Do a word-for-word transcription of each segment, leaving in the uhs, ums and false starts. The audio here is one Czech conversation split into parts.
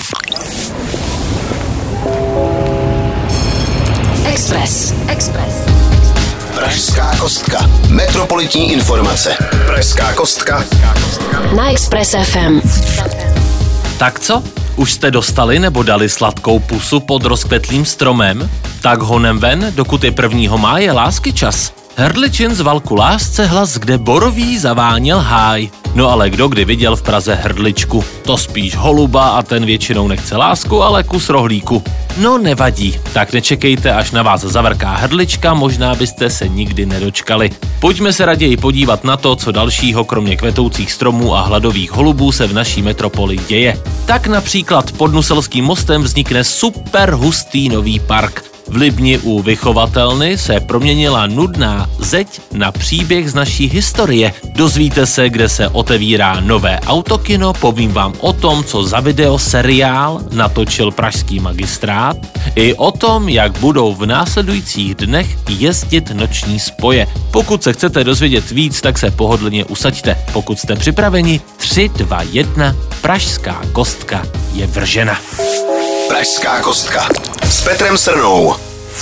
Express. Express. Pražská kostka. Metropolitní informace. Pražská kostka. Na Express F M. Tak co? Už jste dostali nebo dali sladkou pusu pod rozkvetlým stromem? Tak honem ven, dokud je prvního máje lásky čas. Hrdličin zval ku lásce hlas, kde borový zaváněl háj. No ale kdo kdy viděl v Praze hrdličku? To spíš holuba a ten většinou nechce lásku, ale kus rohlíku. No nevadí, tak nečekejte, až na vás zavrká hrdlička, možná byste se nikdy nedočkali. Pojďme se raději podívat na to, co dalšího kromě kvetoucích stromů a hladových holubů se v naší metropoli děje. Tak například pod Nuselským mostem vznikne super hustý nový park. V Libni u vychovatelny se proměnila nudná zeď na příběh z naší historie. Dozvíte se, kde se otevírá nové autokino, povím vám o tom, co za video seriál natočil pražský magistrát, i o tom, jak budou v následujících dnech jezdit noční spoje. Pokud se chcete dozvědět víc, tak se pohodlně usaďte. Pokud jste připraveni, tři, dva, jedna, Pražská kostka je vržena. Pražská kostka s Petrem Srnou.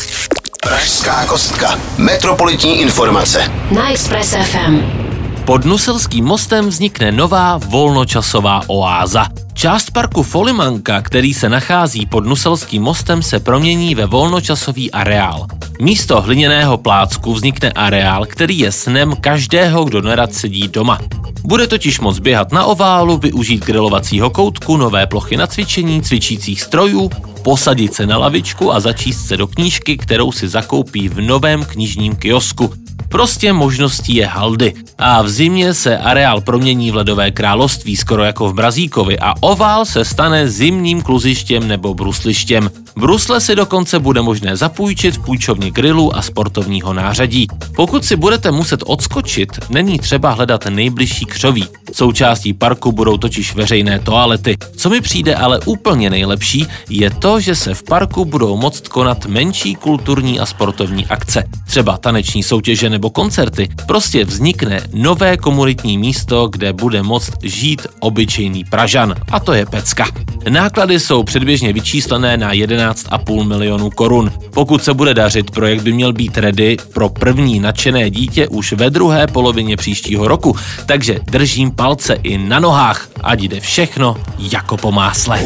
Pražská kostka. Metropolitní informace. Na Express F M. Pod Nuselským mostem vznikne nová volnočasová oáza. Část parku Folimanka, který se nachází pod Nuselským mostem, se promění ve volnočasový areál. Místo hliněného plácku vznikne areál, který je snem každého, kdo nerad sedí doma. Bude totiž moct běhat na oválu, využít grilovacího koutku, nové plochy na cvičení, cvičících strojů, posadit se na lavičku a začíst se do knížky, kterou si zakoupí v novém knižním kiosku. Prostě možností je haldy. A v zimě se areál promění v ledové království, skoro jako v Brazíkovi, a ovál se stane zimním kluzištěm nebo bruslištěm. Brusle si dokonce bude možné zapůjčit v půjčovně grilů a sportovního nářadí. Pokud si budete muset odskočit, není třeba hledat nejbližší křoví. Součástí parku budou totiž veřejné toalety. Co mi přijde ale úplně nejlepší, je to, že se v parku budou moct konat menší kulturní a sportovní akce. Třeba taneční soutěže nebo koncerty. Prostě vznikne nové komunitní místo, kde bude moct žít obyčejný Pražan. A to je pecka. Náklady jsou předběžně vyčíslené na jedenáct a půl milionu korun. Pokud se bude dařit, projekt by měl být ready pro první nadšené dítě už ve druhé polovině příštího roku. Takže držím palce i na nohách, ať jde všechno jako po másle.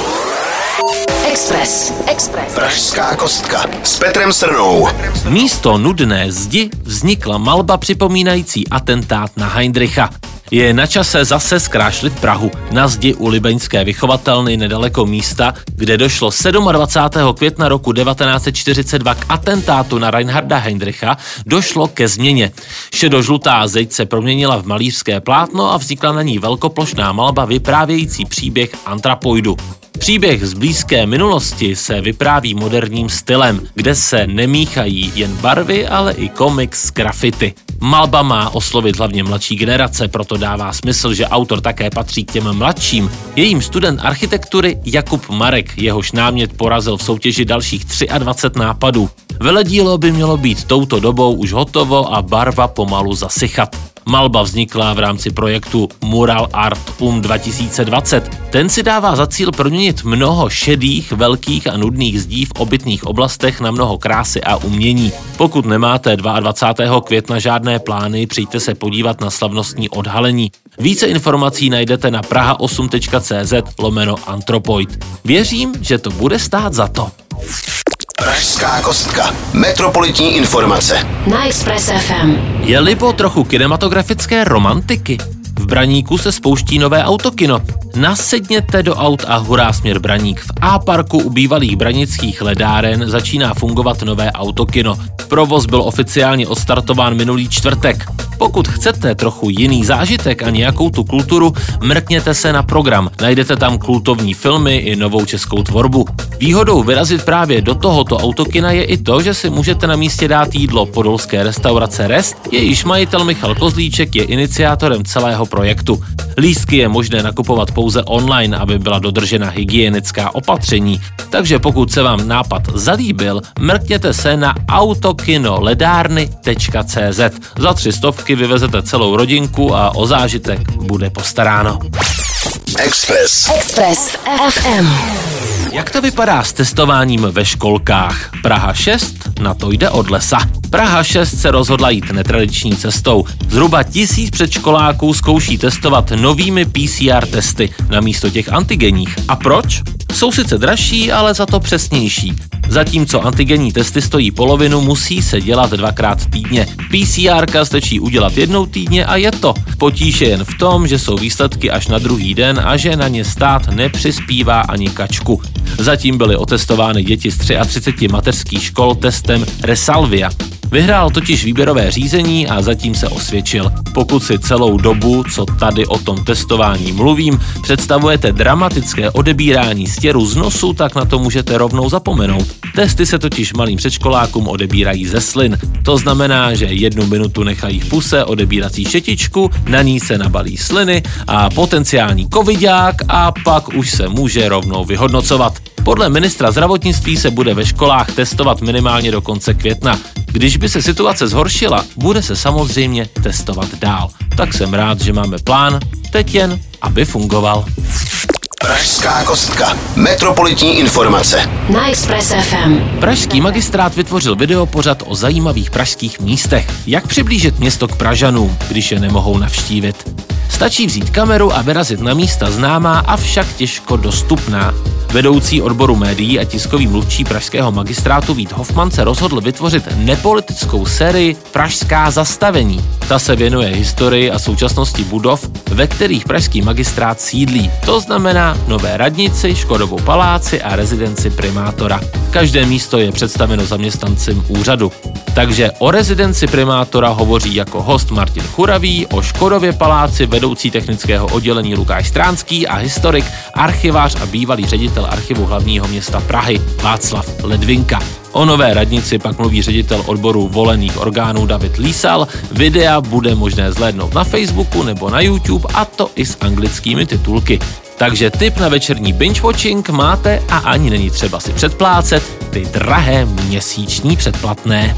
Express. Express. Pražská kostka s Petrem Srnou. Místo nudné zdi vznikla malba připomínající atentát na Heydricha. Je na čase zase zkrášlit Prahu. Na zdi u libeňské vychovatelny nedaleko místa, kde došlo dvacátého sedmého května roku devatenáct set čtyřicet dva k atentátu na Reinharda Heydricha, došlo ke změně. Šedožlutá zeď se proměnila v malířské plátno a vznikla na ní velkoplošná malba vyprávějící příběh antrapoidu. Příběh z blízké minulosti se vypráví moderním stylem, kde se nemíchají jen barvy, ale i komiks s grafity. Malba má oslovit hlavně mladší generace, proto dává smysl, že autor také patří k těm mladším. Je jím student architektury Jakub Marek, jehož námět porazil v soutěži dalších dvacet tři nápadů. Veledílo by mělo být touto dobou už hotovo a barva pomalu zasychat. Malba vznikla v rámci projektu Mural Art Um dva tisíce dvacet. Ten si dává za cíl proměnit mnoho šedých, velkých a nudných zdí v obytných oblastech na mnoho krásy a umění. Pokud nemáte dvacátého druhého května žádné plány, přijďte se podívat na slavnostní odhalení. Více informací najdete na praha osm tečka cé zet lomeno antropoid. Věřím, že to bude stát za to. Pražská kostka. Metropolitní informace. Na Express F M. Je libo trochu kinematografické romantiky? V Braníku se spouští nové autokino. Nasedněte do aut a hurá směr Braník. V A-parku u bývalých branických ledáren začíná fungovat nové autokino. Provoz byl oficiálně odstartován minulý čtvrtek. Pokud chcete trochu jiný zážitek a nějakou tu kulturu, mrkněte se na program. Najdete tam kultovní filmy i novou českou tvorbu. Výhodou vyrazit právě do tohoto autokina je i to, že si můžete na místě dát jídlo. Podolské restaurace Rest, jejíž majitel Michal Kozlíček je iniciátorem celého projektu. Lístky je možné nakupovat pouze online, aby byla dodržena hygienická opatření. Takže pokud se vám nápad zalíbil, mrkněte se na autokinoledárny tečka cé zet. Za tři stovky vyvezete celou rodinku a o zážitek bude postaráno. Express. Express ef em. Jak to vypadá s testováním ve školkách? Praha šest, na to jde od lesa. Praha šest se rozhodla jít netradiční cestou. Zhruba tisíc předškoláků zkouší testovat novými P C R testy namísto těch antigenních. A proč? Jsou sice dražší, ale za to přesnější. Zatímco antigenní testy stojí polovinu, musí se dělat dvakrát týdně. P C R ka stačí udělat jednou týdně a je to. Potíž je jen v tom, že jsou výsledky až na druhý den a že na ně stát nepřispívá ani kačku. Zatím byly otestovány děti z třiceti tří mateřských škol testem Resalvia. Vyhrál totiž výběrové řízení a zatím se osvědčil. Pokud si celou dobu, co tady o tom testování mluvím, představujete dramatické odebírání stěru z nosu, tak na to můžete rovnou zapomenout. Testy se totiž malým předškolákům odebírají ze slin. To znamená, že jednu minutu nechají v puse odebírací šetičku, na ní se nabalí sliny a potenciální covidák a pak už se může rovnou vyhodnocovat. Podle ministra zdravotnictví se bude ve školách testovat minimálně do konce května. Když by se situace zhoršila, bude se samozřejmě testovat dál. Tak jsem rád, že máme plán, teď jen, aby fungoval. Pražská kostka. Metropolitní informace. Na Express ef em. Pražský magistrát vytvořil videopořad o zajímavých pražských místech. Jak přiblížit město k Pražanům, když je nemohou navštívit? Stačí vzít kameru a vyrazit na místa známá, avšak těžko dostupná. Vedoucí odboru médií a tiskový mluvčí pražského magistrátu Vít Hofman se rozhodl vytvořit nepolitickou sérii Pražská zastavení. Ta se věnuje historii a současnosti budov, ve kterých pražský magistrát sídlí. To znamená Nové radnici, Škodovou paláci a rezidenci primátora. Každé místo je představeno zaměstnancem úřadu. Takže o rezidenci primátora hovoří jako host Martin Churavý, o Škodově paláci vedoucí technického oddělení Lukáš Stránský a historik, archivář a bývalý ředitel archivu hlavního města Prahy Václav Ledvinka. O Nové radnici pak mluví ředitel odboru volených orgánů David Lísal. Videa bude možné zhlédnout na Facebooku nebo na YouTube, a to i s anglickými titulky. Takže tip na večerní binge-watching máte a ani není třeba si předplácet ty drahé měsíční předplatné.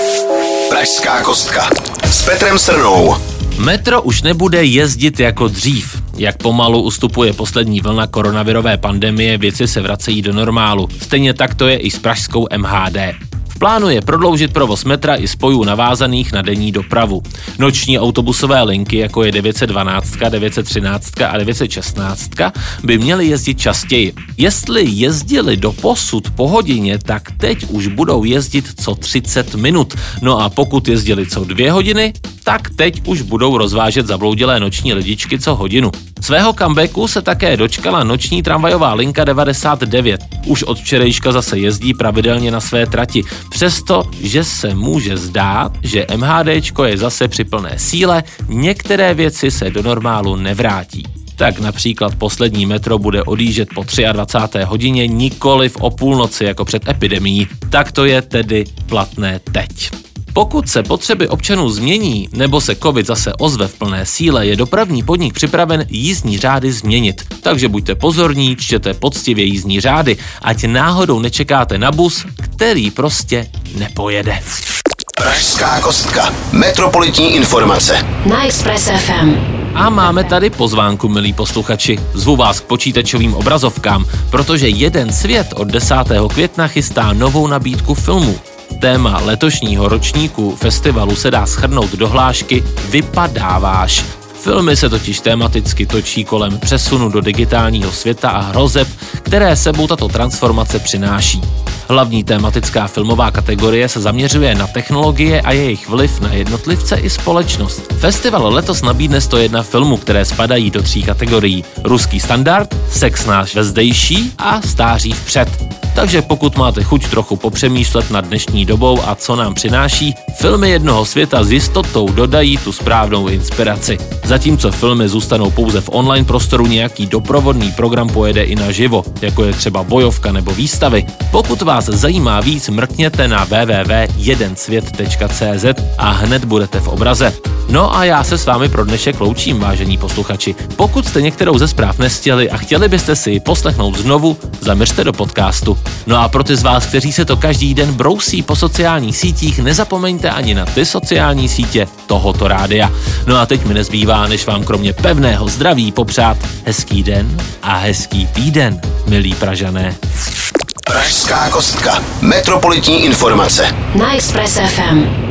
Pražská kostka s Petrem Srnou. Metro už nebude jezdit jako dřív. Jak pomalu ustupuje poslední vlna koronavirové pandemie, věci se vracejí do normálu. Stejně tak to je i s pražskou M H D. V plánu je prodloužit provoz metra i spojů navázaných na denní dopravu. Noční autobusové linky, jako je devět set dvanáct, devět set třináct a devět set šestnáct, by měly jezdit častěji. Jestli jezdili doposud po hodině, tak teď už budou jezdit co třicet minut. No a pokud jezdili co dvě hodiny, tak teď už budou rozvážet zabloudělé noční lidičky co hodinu. Svého comebacku se také dočkala noční tramvajová linka devadesát devět. Už od včerejška zase jezdí pravidelně na své trati, přesto, že se může zdát, že MHDčko je zase při plné síle, některé věci se do normálu nevrátí. Tak například poslední metro bude odjíždět po dvacáté třetí hodině, nikoliv o půlnoci jako před epidemií. Tak to je tedy platné teď. Pokud se potřeby občanů změní, nebo se covid zase ozve v plné síle, je dopravní podnik připraven jízdní řády změnit. Takže buďte pozorní, čtěte poctivě jízdní řády, ať náhodou nečekáte na bus, který prostě nepojede. Pražská kostka. Metropolitní informace. Na Express ef em. A máme tady pozvánku, milí posluchači. Zvu vás k počítačovým obrazovkám, protože Jeden svět od desátého května chystá novou nabídku filmů. Téma letošního ročníku festivalu se dá shrnout do hlášky Vypadáváš. Filmy se totiž tematicky točí kolem přesunu do digitálního světa a hrozeb, které sebou tato transformace přináší. Hlavní tematická filmová kategorie se zaměřuje na technologie a jejich vliv na jednotlivce i společnost. Festival letos nabídne sto jedna filmů, které spadají do tří kategorií. Ruský standard, Sex náš vezdejší a Stáří vpřed. Takže pokud máte chuť trochu popřemýšlet nad dnešní dobou a co nám přináší, filmy Jednoho světa s jistotou dodají tu správnou inspiraci. Zatímco filmy zůstanou pouze v online prostoru, nějaký doprovodný program pojede i naživo, jako je třeba bojovka nebo výstavy. Pokud vás zajímá víc, mrkněte na w w w tečka jeden svět tečka c z a hned budete v obraze. No a já se s vámi pro dnešek loučím, vážení posluchači. Pokud jste některou ze zpráv nestihli a chtěli byste si ji poslechnout znovu, zaměřte do podcastu. No a pro ty z vás, kteří se to každý den brousí po sociálních sítích, nezapomeňte ani na ty sociální sítě tohoto rádia. No a teď mi nezbývá, než vám kromě pevného zdraví popřát hezký den a hezký týden, milí Pražané. Pražská kostka. Metropolitní informace. Na Express F M.